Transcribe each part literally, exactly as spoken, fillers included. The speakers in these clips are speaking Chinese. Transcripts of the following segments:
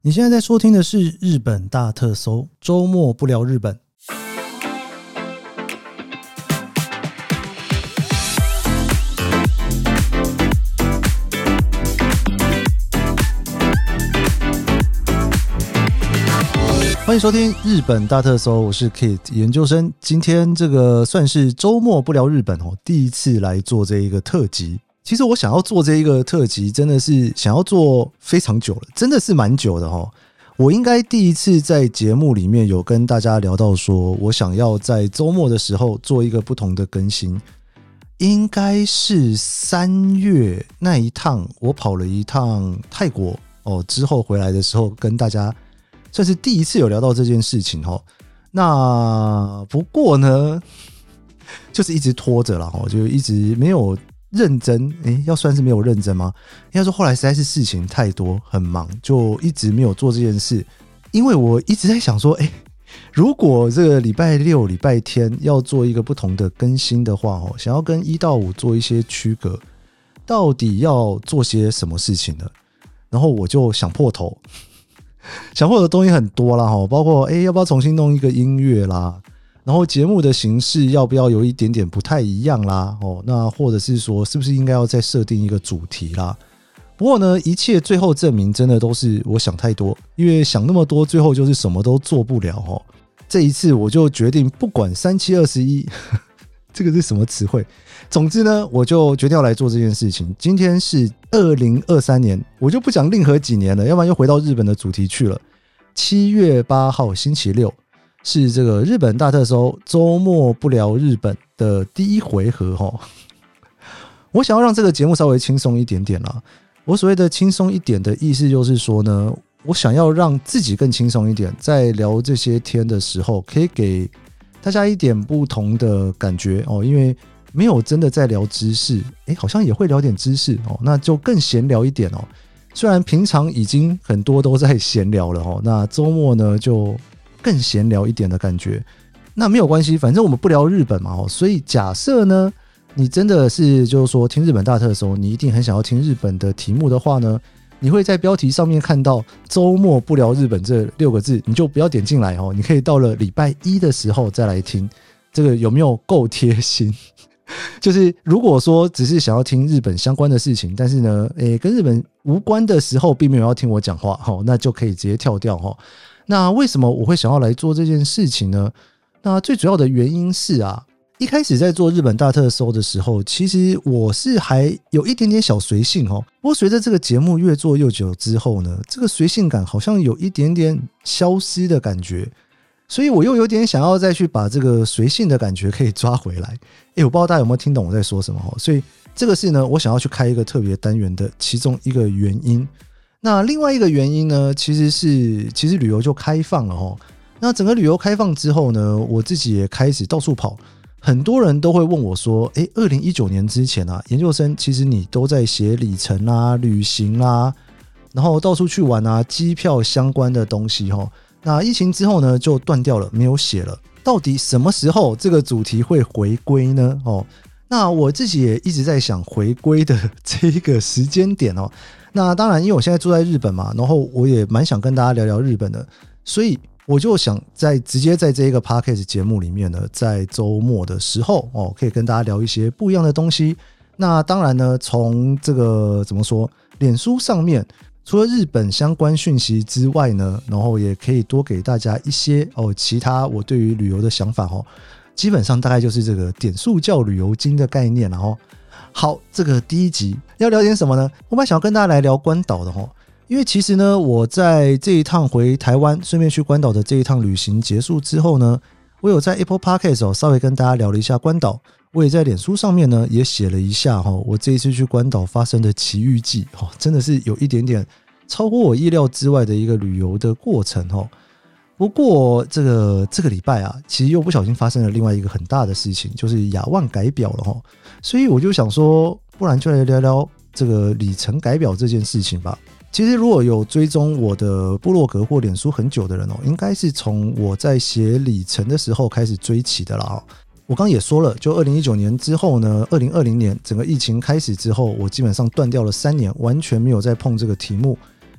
你现在在收听的是日本大特搜，周末不聊日本。欢迎收听日本大特搜，我是 Kit 研究生。今天这个算是周末不聊日本哦，第一次来做这一个特辑。其实我想要做这一个特辑真的是想要做非常久了，真的是蛮久的齁。我应该第一次在节目里面有跟大家聊到说我想要在周末的时候做一个不同的更新，应该是三月那一趟我跑了一趟泰国哦，之后回来的时候跟大家算是第一次有聊到这件事情齁。那不过呢就是一直拖着啦齁，就一直没有认真，诶，要算是没有认真吗？应该说后来实在是事情太多，很忙，就一直没有做这件事。因为我一直在想说，诶，如果这个礼拜六、礼拜天要做一个不同的更新的话，想要跟一到五做一些区隔，到底要做些什么事情呢？然后我就想破头，想破头的东西很多啦，包括诶要不要重新弄一个音乐啦。然后节目的形式要不要有一点点不太一样啦？哦，那或者是说是不是应该要再设定一个主题啦？不过呢，一切最后证明真的都是我想太多，因为想那么多，最后就是什么都做不了哦。这一次我就决定不管三七二十一，这个是什么词汇？总之呢，我就决定要来做这件事情。今天是二零二三年，我就不讲令和几年了，要不然又回到日本的主题去了。七月八号星期六。是这个日本大特搜周末不聊日本的第一回合齁。我想要让这个节目稍微轻松一点点啦。我所谓的轻松一点的意思就是说呢，我想要让自己更轻松一点，在聊这些天的时候可以给大家一点不同的感觉哦，因为没有真的在聊知识，诶，好像也会聊点知识哦，那就更闲聊一点哦。虽然平常已经很多都在闲聊了哦，那周末呢就更闲聊一点的感觉。那没有关系，反正我们不聊日本嘛，所以假设呢你真的是就是说听日本大特搜，你一定很想要听日本的题目的话呢，你会在标题上面看到周末不聊日本这六个字，你就不要点进来哦，你可以到了礼拜一的时候再来听。这个有没有够贴心？就是如果说只是想要听日本相关的事情，但是呢诶跟日本无关的时候并没有要听我讲话，那就可以直接跳掉。那为什么我会想要来做这件事情呢？那最主要的原因是啊，一开始在做日本大特搜的时候，其实我是还有一点点小随性哦。不过随着这个节目越做越久之后呢，这个随性感好像有一点点消失的感觉，所以我又有点想要再去把这个随性的感觉可以抓回来。诶，我不知道大家有没有听懂我在说什么，所以这个是呢我想要去开一个特别单元的其中一个原因。那另外一个原因呢，其实是其实旅游就开放了齁。那整个旅游开放之后呢，我自己也开始到处跑。很多人都会问我说，诶二零一九年之前啊，研究生其实你都在写里程啊、旅行啊，然后到处去玩啊，机票相关的东西齁。那疫情之后呢，就断掉了，没有写了。到底什么时候这个主题会回归呢？哦，那我自己也一直在想回归的这一个时间点哦。那当然因为我现在住在日本嘛，然后我也蛮想跟大家聊聊日本的，所以我就想在直接在这一个 podcast 节目里面呢，在周末的时候哦，可以跟大家聊一些不一样的东西。那当然呢，从这个怎么说，脸书上面除了日本相关讯息之外呢，然后也可以多给大家一些哦其他我对于旅游的想法哦。基本上大概就是这个点数叫旅游金的概念，然后好，这个第一集要聊点什么呢？我本来想要跟大家来聊关岛的齁，因为其实呢，我在这一趟回台湾，顺便去关岛的这一趟旅行结束之后呢，我有在 Apple Podcast 哦稍微跟大家聊了一下关岛，我也在脸书上面呢也写了一下齁，我这一次去关岛发生的奇遇记齁，真的是有一点点超过我意料之外的一个旅游的过程齁。不过这个这个礼拜啊，其实又不小心发生了另外一个很大的事情，就是亚万改表了齁。所以我就想说，不然就来聊聊这个里程改表这件事情吧。其实如果有追踪我的部落格或脸书很久的人哦，应该是从我在写里程的时候开始追起的啦。我刚刚也说了，就二零一九年之后呢，二零二零年整个疫情开始之后，我基本上断掉了三年，完全没有再碰这个题目。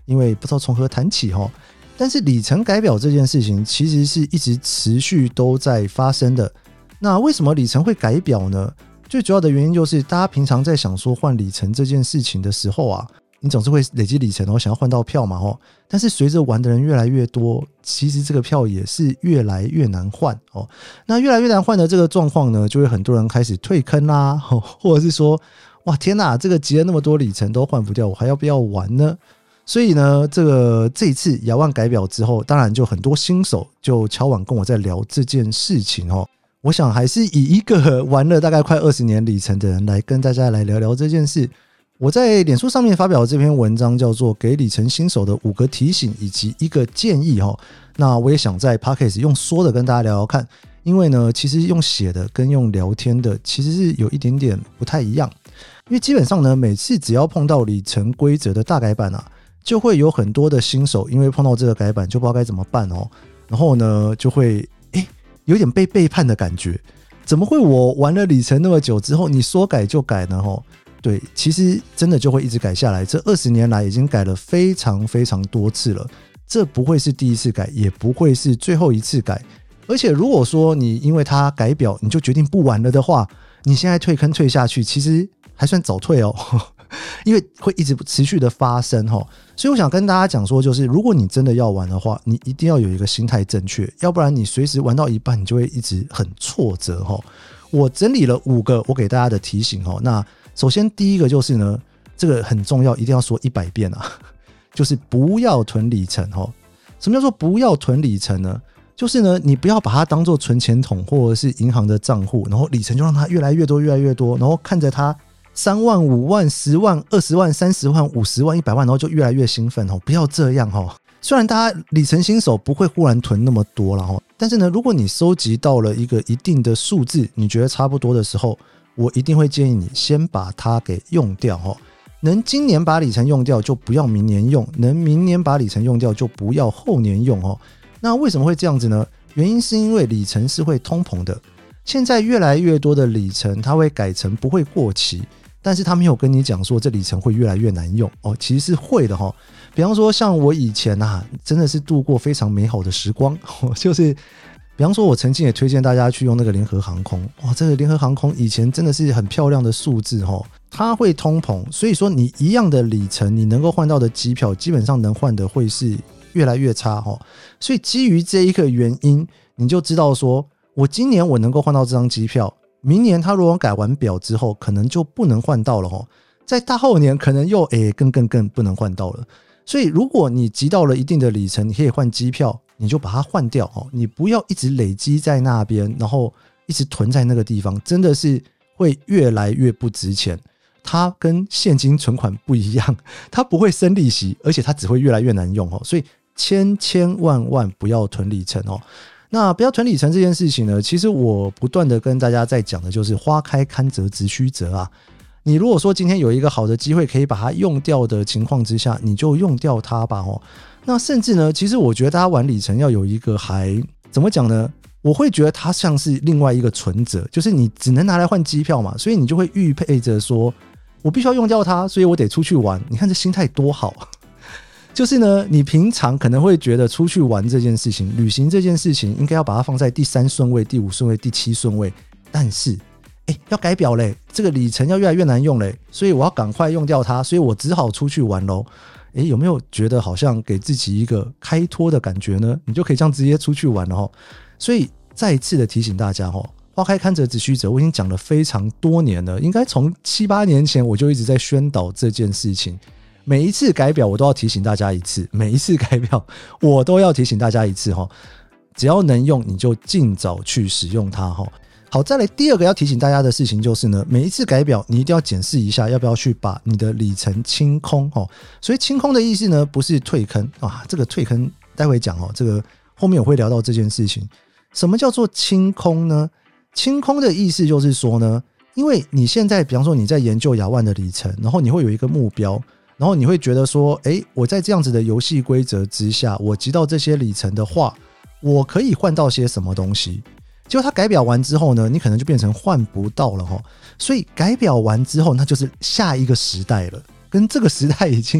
因为不知道从何谈起齁。但是里程改表这件事情其实是一直持续都在发生的。那为什么里程会改表呢？最主要的原因就是大家平常在想说换里程这件事情的时候啊，你总是会累积里程然后想要换到票嘛齁。但是随着玩的人越来越多，其实这个票也是越来越难换哦。那越来越难换的这个状况呢，就会很多人开始退坑啦，或者是说哇天哪，这个集了那么多里程都换不掉，我还要不要玩呢？所以呢，这个这一次亚万改表之后，当然就很多新手就敲碗跟我在聊这件事情哦。我想还是以一个玩了大概快二十年里程的人来跟大家来聊聊这件事。我在脸书上面发表这篇文章叫做给里程新手的五个提醒以及一个建议齁。那我也想在 Podcast 用说的跟大家聊聊看，因为呢其实用写的跟用聊天的其实是有一点点不太一样。因为基本上呢，每次只要碰到里程规则的大改版啊，就会有很多的新手因为碰到这个改版就不知道该怎么办哦，然后呢就会诶有点被背叛的感觉。怎么会我玩了里程那么久之后你说改就改呢齁？对，其实真的就会一直改下来，这二十年来已经改了非常非常多次了，这不会是第一次改，也不会是最后一次改。而且如果说你因为它改表你就决定不玩了的话，你现在退坑退下去其实还算早退哦，因为会一直持续的发生齁。所以我想跟大家讲说，就是如果你真的要玩的话，你一定要有一个心态正确，要不然你随时玩到一半你就会一直很挫折齁。我整理了五个我给大家的提醒齁。那首先第一个就是呢，这个很重要，一定要说一百遍啊，就是不要囤里程齁。什么叫做不要囤里程呢？就是呢，你不要把它当作存钱筒或者是银行的账户，然后里程就让它越来越多越来越多，然后看着它三万五万十万二十万三十万五十万一百万，然后就越来越兴奋齁。不要这样齁。虽然大家里程新手不会忽然囤那么多啦齁，但是呢，如果你收集到了一个一定的数字，你觉得差不多的时候，我一定会建议你先把它给用掉齁。能今年把里程用掉就不要明年用，能明年把里程用掉就不要后年用齁。那为什么会这样子呢？原因是因为里程是会通膨的，现在越来越多的里程它会改成不会过期，但是他没有跟你讲说这里程会越来越难用哦，其实是会的齁。比方说像我以前啊，真的是度过非常美好的时光，就是比方说我曾经也推荐大家去用那个联合航空，哇，这个联合航空以前真的是很漂亮的数字齁，它会通膨，所以说你一样的里程你能够换到的机票基本上能换的会是越来越差齁。所以基于这一个原因，你就知道说我今年我能够换到这张机票，明年它如果改完表之后可能就不能换到了齁，在大后年可能又诶更更更不能换到了。所以如果你集到了一定的里程，你可以换机票，你就把它换掉齁，你不要一直累积在那边，然后一直囤在那个地方，真的是会越来越不值钱。它跟现金存款不一样，它不会生利息，而且它只会越来越难用齁。所以千千万万不要囤里程齁。那不要囤里程这件事情呢，其实我不断的跟大家在讲的就是花开堪折直须折啊。你如果说今天有一个好的机会可以把它用掉的情况之下，你就用掉它吧齁。那甚至呢，其实我觉得大家玩里程要有一个还怎么讲呢，我会觉得它像是另外一个存折，就是你只能拿来换机票嘛，所以你就会预配着说我必须要用掉它，所以我得出去玩。你看这心态多好，就是呢你平常可能会觉得出去玩这件事情，旅行这件事情应该要把它放在第三顺位第五顺位第七顺位，但是欸，要改表嘞，这个里程要越来越难用嘞，所以我要赶快用掉它，所以我只好出去玩咯。欸，有没有觉得好像给自己一个开脱的感觉呢？你就可以这样直接出去玩了齁。所以再一次的提醒大家齁，花开堪折直须折，我已经讲了非常多年了，应该从七八年前我就一直在宣导这件事情。每一次改表我都要提醒大家一次，每一次改表我都要提醒大家一次齁。只要能用你就尽早去使用它齁。好，再来第二个要提醒大家的事情就是呢，每一次改表你一定要检视一下要不要去把你的里程清空齁。所以清空的意思呢，不是退坑啊，这个退坑待会讲齁，这个后面我会聊到这件事情。什么叫做清空呢？清空的意思就是说呢，因为你现在比方说你在研究亚万的里程，然后你会有一个目标，然后你会觉得说诶，我在这样子的游戏规则之下，我集到这些里程的话，我可以换到些什么东西。结果它改表完之后呢，你可能就变成换不到了齁。所以改表完之后那就是下一个时代了，跟这个时代已经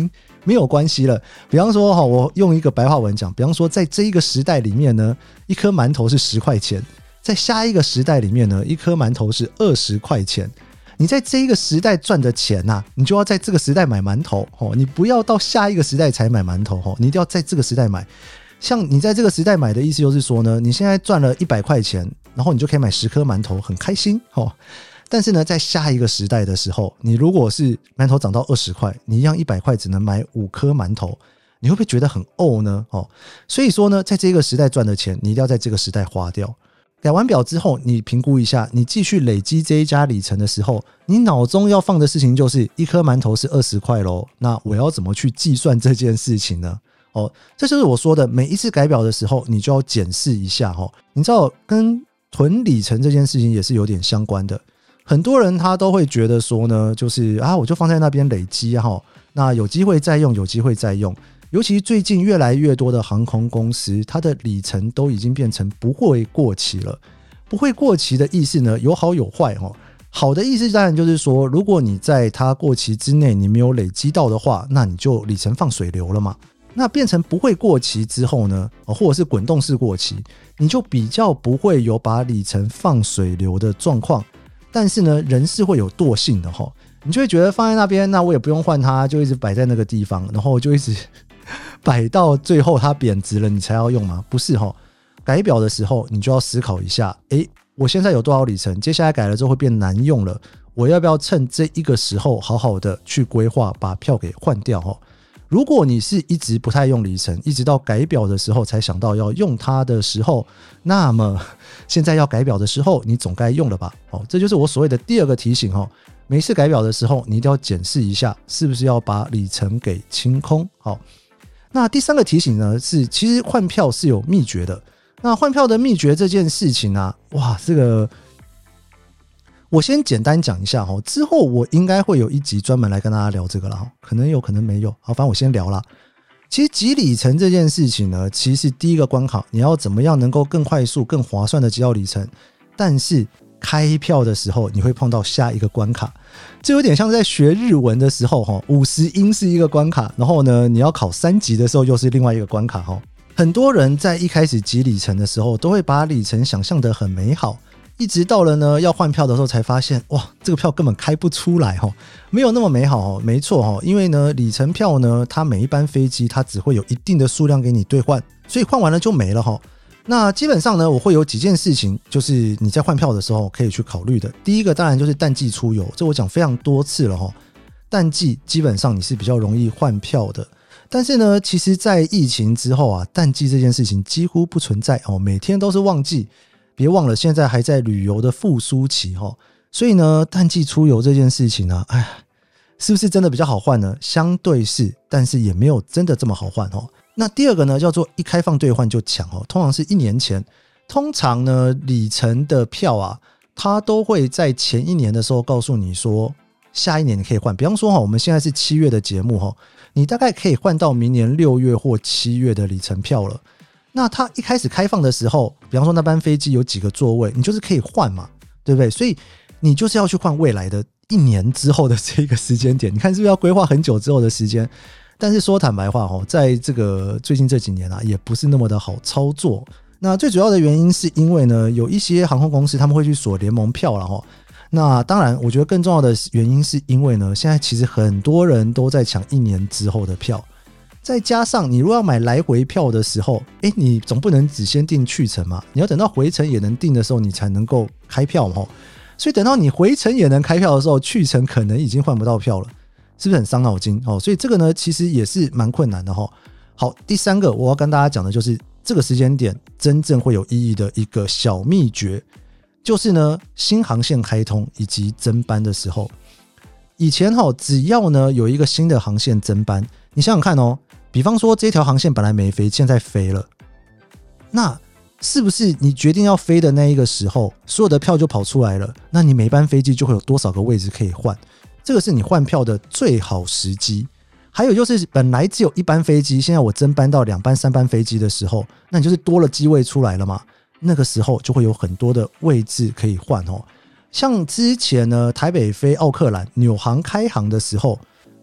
没有关系了。比方说哈，我用一个白话文讲，比方说在这一个时代里面呢，一颗馒头是十块钱，在下一个时代里面呢，一颗馒头是二十块钱。你在这一个时代赚的钱啊，你就要在这个时代买馒头，你不要到下一个时代才买馒头，你一定要在这个时代买。像你在这个时代买的意思就是说呢，你现在赚了一百块钱，然后你就可以买十颗馒头，很开心。但是呢，在下一个时代的时候，你如果是馒头涨到二十块，你一样一百块只能买五颗馒头，你会不会觉得很怄呢？所以说呢，在这个时代赚的钱，你一定要在这个时代花掉。改完表之后，你评估一下，你继续累积这一家里程的时候，你脑中要放的事情就是一颗馒头是二十块咯，那我要怎么去计算这件事情呢？哦，这就是我说的，每一次改表的时候，你就要检视一下。哦，你知道跟囤里程这件事情也是有点相关的。很多人他都会觉得说呢，就是啊，我就放在那边累积哈，那有机会再用，有机会再用。尤其最近越来越多的航空公司，它的里程都已经变成不会过期了。不会过期的意思呢，有好有坏哦。好的意思当然就是说，如果你在它过期之内你没有累积到的话，那你就里程放水流了嘛。那变成不会过期之后呢，或者是滚动式过期，你就比较不会有把里程放水流的状况。但是呢，人是会有惰性的齁，你就会觉得放在那边，那我也不用换它，就一直摆在那个地方，然后就一直摆到最后它贬值了你才要用吗？不是齁，改表的时候你就要思考一下，诶，我现在有多少里程，接下来改了之后会变难用了，我要不要趁这一个时候好好的去规划，把票给换掉齁。如果你是一直不太用里程，一直到改表的时候才想到要用它的时候，那么现在要改表的时候你总该用了吧。哦，这就是我所谓的第二个提醒哦。每次改表的时候你一定要检视一下是不是要把里程给清空。好，那第三个提醒呢，是其实换票是有秘诀的。那换票的秘诀这件事情啊，哇，这个我先简单讲一下，之后我应该会有一集专门来跟大家聊这个啦，可能有可能没有，好，反正我先聊啦。其实集里程这件事情呢，其实第一个关卡你要怎么样能够更快速更划算的集到里程，但是开票的时候你会碰到下一个关卡，这有点像在学日文的时候，五十音是一个关卡，然后呢你要考三级的时候又是另外一个关卡。很多人在一开始集里程的时候都会把里程想象得很美好，一直到了呢要换票的时候才发现，哇，这个票根本开不出来，没有那么美好。没错，因为呢里程票呢，它每一班飞机它只会有一定的数量给你兑换，所以换完了就没了。那基本上呢，我会有几件事情就是你在换票的时候可以去考虑的。第一个当然就是淡季出游，这我讲非常多次了，淡季基本上你是比较容易换票的。但是呢，其实在疫情之后啊，淡季这件事情几乎不存在，每天都是旺季。别忘了现在还在旅游的复苏期，所以呢淡季出游这件事情呢，哎，是不是真的比较好换呢？相对是，但是也没有真的这么好换。那第二个呢，叫做一开放兑换就抢，通常是一年前，通常呢里程的票啊，它都会在前一年的时候告诉你说下一年你可以换。比方说我们现在是七月的节目，你大概可以换到明年六月或七月的里程票了。那它一开始开放的时候，比方说那班飞机有几个座位，你就是可以换嘛，对不对？所以你就是要去换未来的一年之后的这个时间点，你看是不是要规划很久之后的时间？但是说坦白话，在这个最近这几年啊，也不是那么的好操作。那最主要的原因是因为呢，有一些航空公司他们会去锁联盟票啦。那当然我觉得更重要的原因是因为呢，现在其实很多人都在抢一年之后的票，再加上你如果要买来回票的时候，诶，你总不能只先订去程嘛，你要等到回程也能订的时候你才能够开票嘛。所以等到你回程也能开票的时候，去程可能已经换不到票了，是不是很伤脑筋？所以这个呢其实也是蛮困难的。好，第三个我要跟大家讲的就是这个时间点真正会有意义的一个小秘诀，就是呢新航线开通以及增班的时候，以前只要呢有一个新的航线增班，你想想看哦，比方说这条航线本来没飞，现在飞了，那是不是你决定要飞的那一个时候，所有的票就跑出来了，那你每班飞机就会有多少个位置可以换，这个是你换票的最好时机。还有就是本来只有一班飞机，现在我增班到两班三班飞机的时候，那你就是多了机位出来了嘛，那个时候就会有很多的位置可以换。像之前呢台北飞奥克兰纽航开航的时候，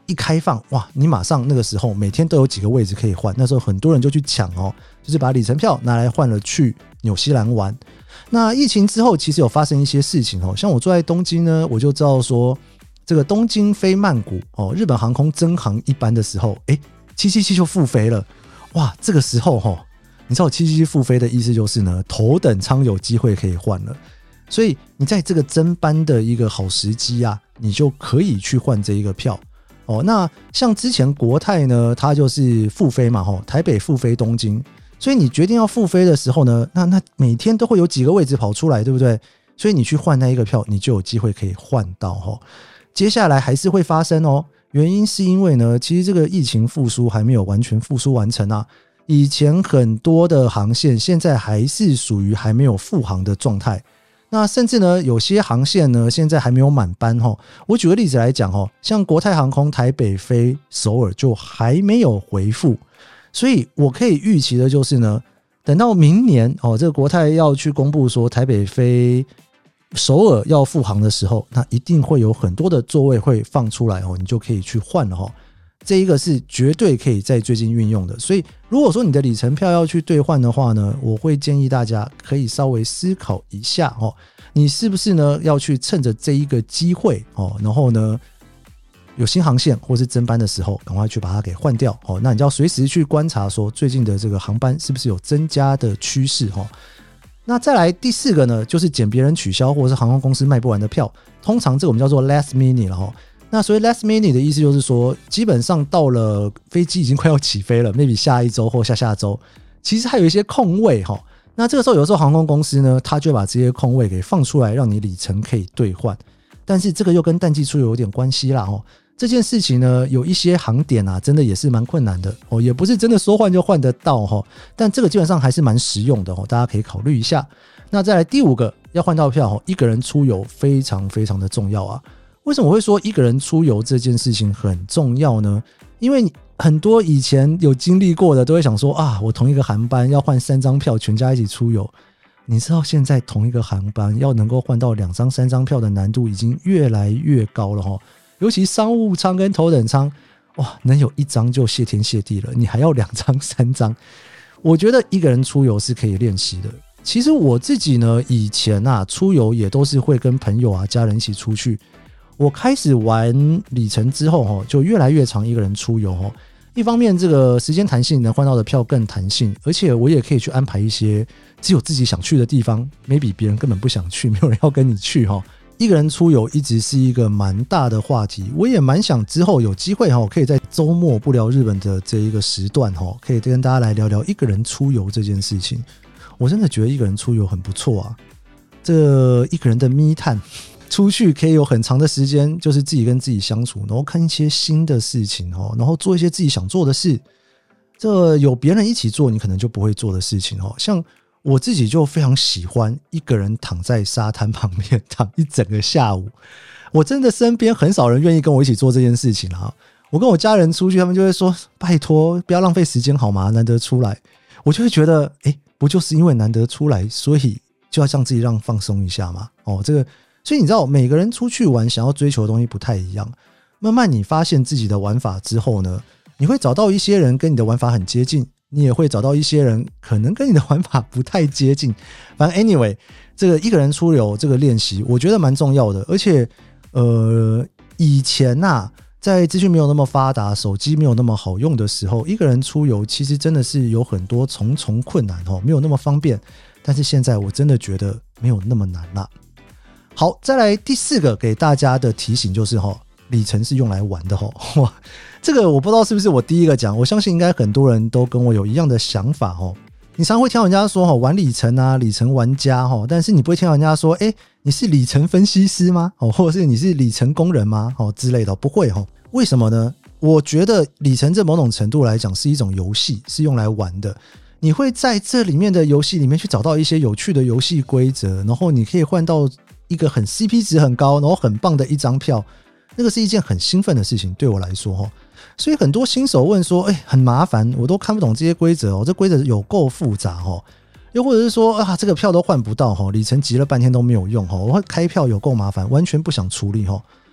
一开放，哇，你马上那个时候每天都有几个位置可以换，那时候很多人就去抢哦，就是把里程票拿来换了去纽西兰玩。那疫情之后其实有发生一些事情哦，像我住在东京呢，我就知道说这个东京飞曼谷哦，日本航空增航一班的时候，诶七七七就复飞了。哇，这个时候哦，你知道七七七复飞的意思就是呢，头等舱有机会可以换了。所以你在这个增班的一个好时机啊，你就可以去换这一个票哦。那像之前国泰呢，它就是复飞嘛，吼，台北复飞东京，所以你决定要复飞的时候呢，那那每天都会有几个位置跑出来，对不对？所以你去换那一个票，你就有机会可以换到吼。接下来还是会发生哦，原因是因为呢，其实这个疫情复苏还没有完全复苏完成啊。以前很多的航线现在还是属于还没有复航的状态。那甚至呢，有些航线呢，现在还没有满班齁。我举个例子来讲齁，像国泰航空台北飞首尔就还没有回复，所以我可以预期的就是呢，等到明年哦，这个国泰要去公布说台北飞首尔要复航的时候，那一定会有很多的座位会放出来哦，你就可以去换了齁。这一个是绝对可以在最近运用的，所以如果说你的里程票要去兑换的话呢，我会建议大家可以稍微思考一下哦，你是不是呢要去趁着这一个机会哦，然后呢有新航线或是增班的时候，赶快去把它给换掉哦。那你就要随时去观察说最近的这个航班是不是有增加的趋势哦。那再来第四个呢，就是捡别人取消或者是航空公司卖不完的票，通常这个我们叫做 last minute 了哦。那所谓 last minute 的意思就是说，基本上到了飞机已经快要起飞了 maybe 下一周或下下周，其实还有一些空位齁。那这个时候有时候航空公司呢，他就把这些空位给放出来，让你里程可以兑换。但是这个又跟淡季出游有点关系啦齁。这件事情呢，有一些航点啊，真的也是蛮困难的哦，也不是真的说换就换得到齁。但这个基本上还是蛮实用的齁，大家可以考虑一下。那再来第五个，要换到票齁，一个人出游非常非常的重要啊。为什么我会说一个人出游这件事情很重要呢？因为很多以前有经历过的都会想说啊，我同一个航班要换三张票，全家一起出游。你知道现在同一个航班要能够换到两张三张票的难度已经越来越高了齁。尤其商务舱跟头等舱，哇，能有一张就谢天谢地了，你还要两张三张。我觉得一个人出游是可以练习的。其实我自己呢，以前啊出游也都是会跟朋友啊家人一起出去。我开始玩里程之后就越来越常一个人出游。一方面这个时间弹性能换到的票更弹性，而且我也可以去安排一些只有自己想去的地方， maybe 别人根本不想去，没有人要跟你去。一个人出游一直是一个蛮大的话题，我也蛮想之后有机会可以在周末不聊日本的这一个时段可以跟大家来聊聊一个人出游这件事情。我真的觉得一个人出游很不错啊，这一个人的me time，出去可以有很长的时间就是自己跟自己相处，然后看一些新的事情，然后做一些自己想做的事，这有别人一起做你可能就不会做的事情。像我自己就非常喜欢一个人躺在沙滩旁边躺一整个下午，我真的身边很少人愿意跟我一起做这件事情啊。我跟我家人出去，他们就会说拜托不要浪费时间好吗，难得出来。我就会觉得诶，不就是因为难得出来，所以就要让自己让放松一下嘛。哦，这个所以你知道每个人出去玩想要追求的东西不太一样，慢慢你发现自己的玩法之后呢，你会找到一些人跟你的玩法很接近，你也会找到一些人可能跟你的玩法不太接近。反正 anyway 这个一个人出游这个练习我觉得蛮重要的。而且呃，以前啊在资讯没有那么发达，手机没有那么好用的时候，一个人出游其实真的是有很多重重困难，没有那么方便。但是现在我真的觉得没有那么难啦。好，再来第四个给大家的提醒就是里程是用来玩的。哇，这个我不知道是不是我第一个讲，我相信应该很多人都跟我有一样的想法。你常会听到人家说玩里程啊，里程玩家，但是你不会听到人家说诶你是里程分析师吗？或者是你是里程工人吗？之类的，不会。为什么呢？我觉得里程这某种程度来讲是一种游戏，是用来玩的。你会在这里面的游戏里面去找到一些有趣的游戏规则，然后你可以换到一个很 C P 值很高然后很棒的一张票，那个是一件很兴奋的事情对我来说。所以很多新手问说哎，很麻烦，我都看不懂这些规则哦，这规则有够复杂哦。又或者是说啊，这个票都换不到，里程急了半天都没有用，我开票有够麻烦，完全不想处理。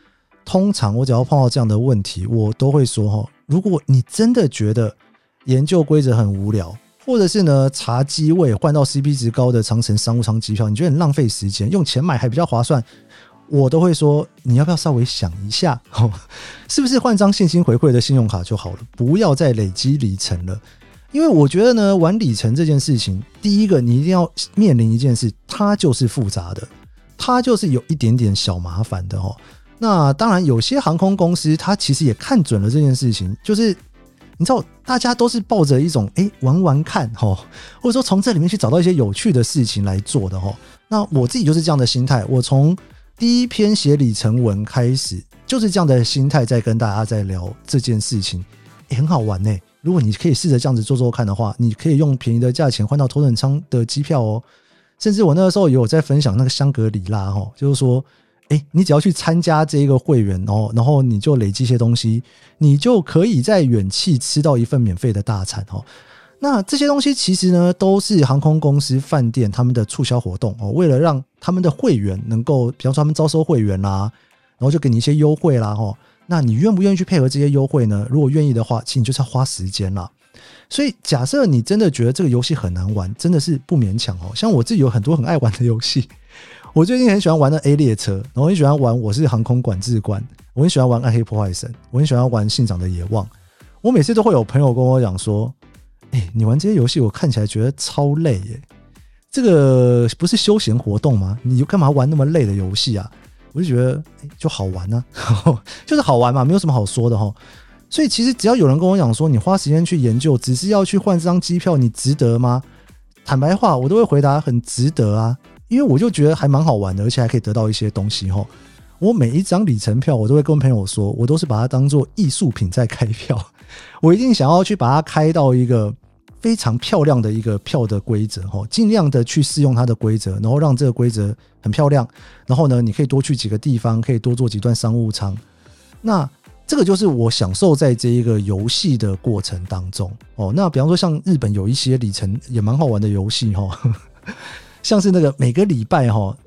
通常我只要碰到这样的问题，我都会说，如果你真的觉得研究规则很无聊，或者是呢查机位换到 C P 值高的长程商务舱机票，你觉得很浪费时间，用钱买还比较划算，我都会说你要不要稍微想一下，是不是换张现金回馈的信用卡就好了，不要再累积里程了。因为我觉得呢，玩里程这件事情，第一个你一定要面临一件事，它就是复杂的，它就是有一点点小麻烦的。那当然有些航空公司它其实也看准了这件事情，就是你知道大家都是抱着一种诶玩玩看，或者说从这里面去找到一些有趣的事情来做的。那我自己就是这样的心态，我从第一篇写里程文开始就是这样的心态在跟大家在聊这件事情，诶很好玩耶。如果你可以试着这样子做做看的话，你可以用便宜的价钱换到头等舱的机票哦。甚至我那个时候也有在分享那个香格里拉，就是说诶你只要去参加这一个会员，然后然后你就累积一些东西，你就可以在远气吃到一份免费的大餐。那这些东西其实呢都是航空公司饭店他们的促销活动，为了让他们的会员能够，比方说他们招收会员啦，然后就给你一些优惠啦，那你愿不愿意去配合这些优惠呢？如果愿意的话，其实你就是要花时间啦。所以假设你真的觉得这个游戏很难玩，真的是不勉强。像我自己有很多很爱玩的游戏，我最近很喜欢玩的 A 列车，然后很喜欢玩我是航空管制官，我很喜欢玩暗黑破坏神，我很喜欢玩信长的野望。我每次都会有朋友跟我讲说，欸，你玩这些游戏我看起来觉得超累耶，这个不是休闲活动吗？你干嘛玩那么累的游戏啊？我就觉得，欸，就好玩啊就是好玩嘛，没有什么好说的齁。所以其实只要有人跟我讲说你花时间去研究只是要去换这张机票，你值得吗？坦白话我都会回答很值得啊，因为我就觉得还蛮好玩的，而且还可以得到一些东西齁。我每一张里程票我都会跟朋友说，我都是把它当作艺术品在开票，我一定想要去把它开到一个非常漂亮的一个票的规则，尽量的去适用它的规则，然后让这个规则很漂亮，然后呢你可以多去几个地方，可以多坐几段商务舱。那这个就是我享受在这一个游戏的过程当中。那比方说像日本有一些里程也蛮好玩的游戏，像是那个每个礼拜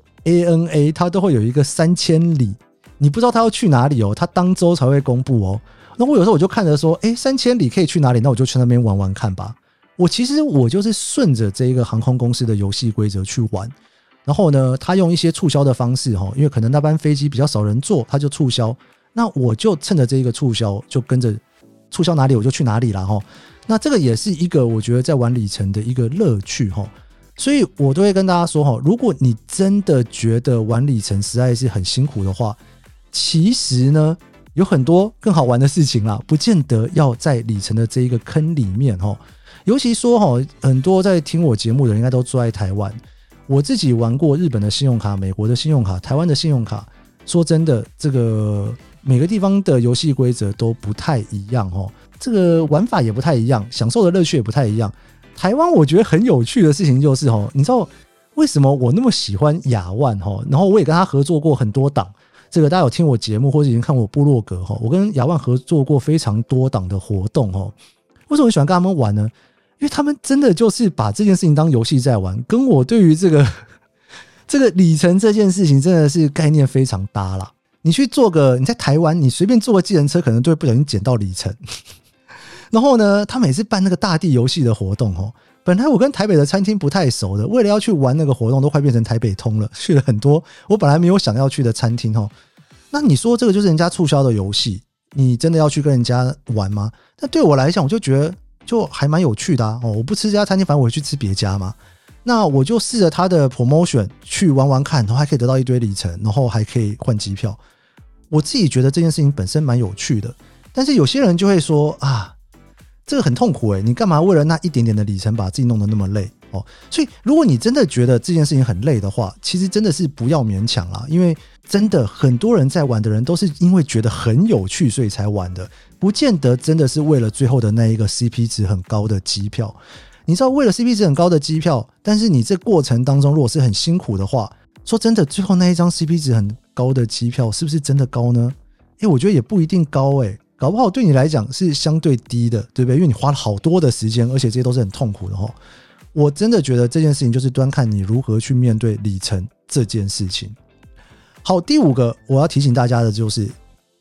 A N A 它都会有一个三千里，你不知道它要去哪里哦，它当周才会公布哦。那我有时候我就看着说，诶三千里可以去哪里，那我就去那边玩玩看吧。我其实我就是顺着这个航空公司的游戏规则去玩，然后呢他用一些促销的方式，因为可能那班飞机比较少人坐，他就促销，那我就趁着这个促销就跟着促销哪里我就去哪里啦。那这个也是一个我觉得在玩里程的一个乐趣，所以我都会跟大家说，如果你真的觉得玩里程实在是很辛苦的话，其实呢有很多更好玩的事情啦，不见得要在里程的这一个坑里面。尤其说很多在听我节目的人应该都住在台湾，我自己玩过日本的信用卡、美国的信用卡、台湾的信用卡，说真的这个每个地方的游戏规则都不太一样，这个玩法也不太一样，享受的乐趣也不太一样。台湾我觉得很有趣的事情就是，你知道为什么我那么喜欢亚万，然后我也跟他合作过很多档，这个大家有听我节目或者已经看我部落格，我跟亚万合作过非常多档的活动。为什么我喜欢跟他们玩呢？因为他们真的就是把这件事情当游戏在玩，跟我对于这个这个里程这件事情真的是概念非常搭啦。你去做个你在台湾你随便坐个计程车可能就会不小心捡到里程然后呢他每次办那个大地游戏的活动，本来我跟台北的餐厅不太熟的，为了要去玩那个活动都快变成台北通了，去了很多我本来没有想要去的餐厅。那你说这个就是人家促销的游戏，你真的要去跟人家玩吗？但对我来讲我就觉得就还蛮有趣的啊！我不吃这家餐厅，反正我会去吃别家嘛。那我就试着他的 promotion 去玩玩看，然后还可以得到一堆里程，然后还可以换机票。我自己觉得这件事情本身蛮有趣的，但是有些人就会说啊，这个很痛苦欸，你干嘛为了那一点点的里程把自己弄得那么累哦？所以如果你真的觉得这件事情很累的话，其实真的是不要勉强啦，因为真的很多人在玩的人都是因为觉得很有趣所以才玩的，不见得真的是为了最后的那一个 C P 值很高的机票。你知道为了 C P 值很高的机票，但是你这过程当中如果是很辛苦的话，说真的最后那一张 C P 值很高的机票是不是真的高呢？诶我觉得也不一定高诶，搞不好对你来讲是相对低的，对不对？因为你花了好多的时间，而且这些都是很痛苦的齁。我真的觉得这件事情就是端看你如何去面对里程这件事情。好，第五个我要提醒大家的就是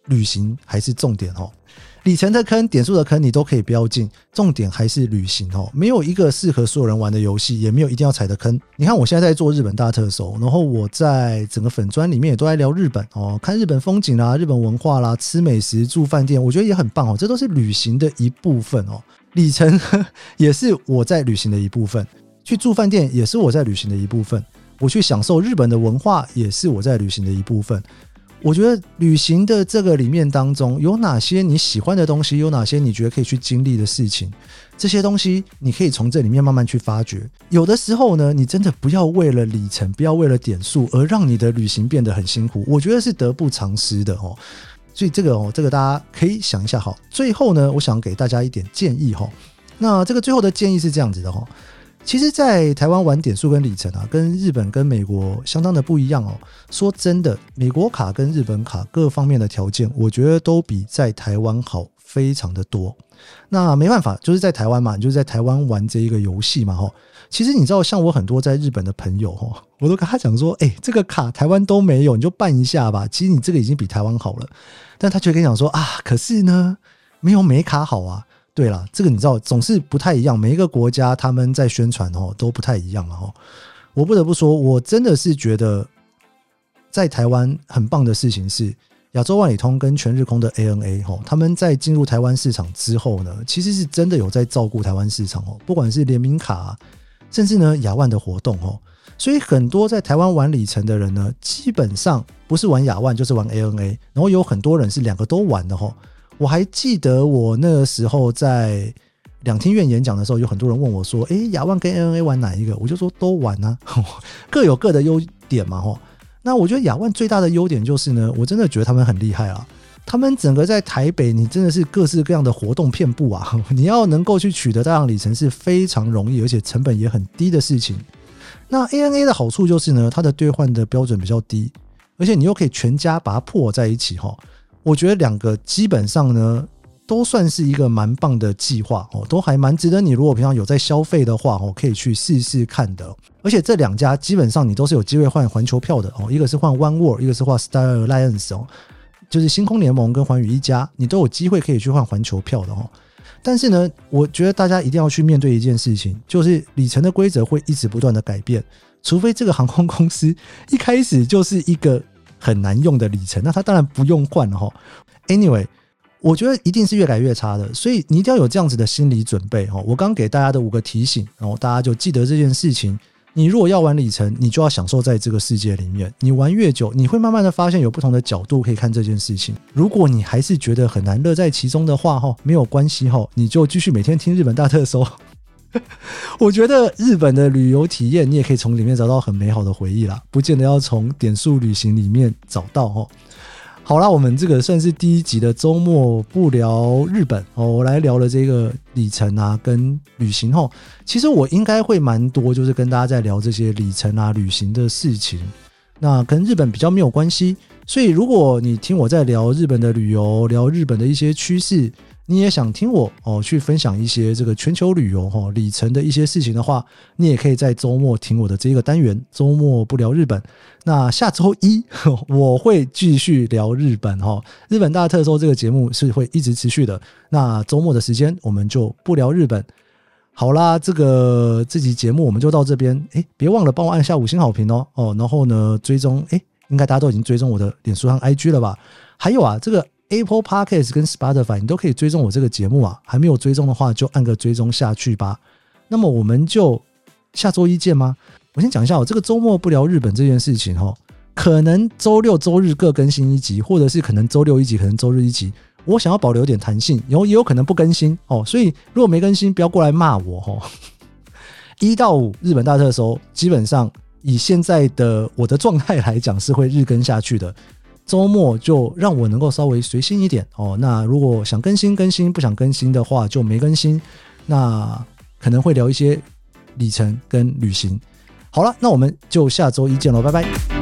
旅行还是重点哦。里程的坑点数的坑你都可以不要进，重点还是旅行哦。没有一个适合所有人玩的游戏，也没有一定要踩的坑。你看我现在在做日本大特搜，然后我在整个粉专里面也都在聊日本哦，看日本风景啦、日本文化啦、吃美食、住饭店，我觉得也很棒哦。这都是旅行的一部分哦。里程也是我在旅行的一部分，去住饭店也是我在旅行的一部分，我去享受日本的文化也是我在旅行的一部分。我觉得旅行的这个里面当中有哪些你喜欢的东西，有哪些你觉得可以去经历的事情，这些东西你可以从这里面慢慢去发掘。有的时候呢，你真的不要为了里程，不要为了点数而让你的旅行变得很辛苦，我觉得是得不偿失的哦。所以这个哦，这个大家可以想一下。好，最后呢，我想给大家一点建议哈。那这个最后的建议是这样子的哈。其实在台湾玩点数跟里程啊，跟日本跟美国相当的不一样哦。说真的，美国卡跟日本卡各方面的条件，我觉得都比在台湾好非常的多。那没办法，就是在台湾嘛，你就是在台湾玩这一个游戏嘛齁。其实你知道，像我很多在日本的朋友齁，我都跟他讲说，哎、欸，这个卡台湾都没有，你就办一下吧。其实你这个已经比台湾好了，但他却跟你讲说啊，可是呢，没有美卡好啊。对啦，这个你知道总是不太一样，每一个国家他们在宣传哦都不太一样嘛哦。我不得不说，我真的是觉得在台湾很棒的事情是亚洲万里通跟全日空的 A N A 哦，他们在进入台湾市场之后呢，其实是真的有在照顾台湾市场哦，不管是联名卡、啊，甚至呢亚万的活动哦，所以很多在台湾玩里程的人呢，基本上不是玩亚万就是玩 A N A， 然后有很多人是两个都玩的哦。我还记得我那个时候在两厅院演讲的时候，有很多人问我说，诶，亚万跟 A N A 玩哪一个？我就说都玩啊，各有各的优点嘛齁。那我觉得亚万最大的优点就是呢，我真的觉得他们很厉害啊。他们整个在台北，你真的是各式各样的活动遍布啊，你要能够去取得大量里程是非常容易，而且成本也很低的事情。那 A N A 的好处就是呢，它的兑换的标准比较低，而且你又可以全家把它破在一起齁。我觉得两个基本上呢都算是一个蛮棒的计划哦，都还蛮值得你如果平常有在消费的话哦，可以去试试看的。而且这两家基本上你都是有机会换环球票的哦，一个是换 One World， 一个是换 Star Alliance 哦，就是星空联盟跟环宇一家，你都有机会可以去换环球票的哦。但是呢，我觉得大家一定要去面对一件事情，就是里程的规则会一直不断的改变，除非这个航空公司一开始就是一个很难用的里程，那它当然不用换了齁。Anyway， 我觉得一定是越改越差的，所以你一定要有这样子的心理准备齁。我刚给大家的五个提醒，然后大家就记得这件事情。你如果要玩里程，你就要享受在这个世界里面。你玩越久，你会慢慢的发现有不同的角度可以看这件事情。如果你还是觉得很难乐在其中的话齁，没有关系齁，你就继续每天听日本大特搜。我觉得日本的旅游体验你也可以从里面找到很美好的回忆啦，不见得要从点数旅行里面找到齁。好啦，我们这个算是第一集的周末不聊日本哦，我来聊了这个里程啊跟旅行齁。其实我应该会蛮多就是跟大家在聊这些里程啊旅行的事情，那跟日本比较没有关系，所以如果你听我在聊日本的旅游，聊日本的一些趋势，你也想听我哦去分享一些这个全球旅游哦里程的一些事情的话，你也可以在周末听我的这个单元周末不聊日本。那下周一我会继续聊日本哦，日本大特搜这个节目是会一直持续的。那周末的时间我们就不聊日本。好啦，这个这集节目我们就到这边，诶别忘了帮我按下五星好评哦哦，然后呢追踪，诶应该大家都已经追踪我的脸书和 I G 了吧？还有啊，这个Apple Podcast 跟 Spotify 你都可以追踪我这个节目啊，还没有追踪的话就按个追踪下去吧。那么我们就下周一见吗？我先讲一下、哦、这个周末不聊日本这件事情、哦、可能周六周日各更新一集，或者是可能周六一集，可能周日一集，我想要保留点弹性，然后也有可能不更新、哦、所以如果没更新不要过来骂我、哦、一到五日本大特搜基本上以现在的我的状态来讲是会日更下去的，周末就让我能够稍微随心一点哦。那如果想更新更新，不想更新的话就没更新。那可能会聊一些里程跟旅行。好了，那我们就下周一见咯，拜拜。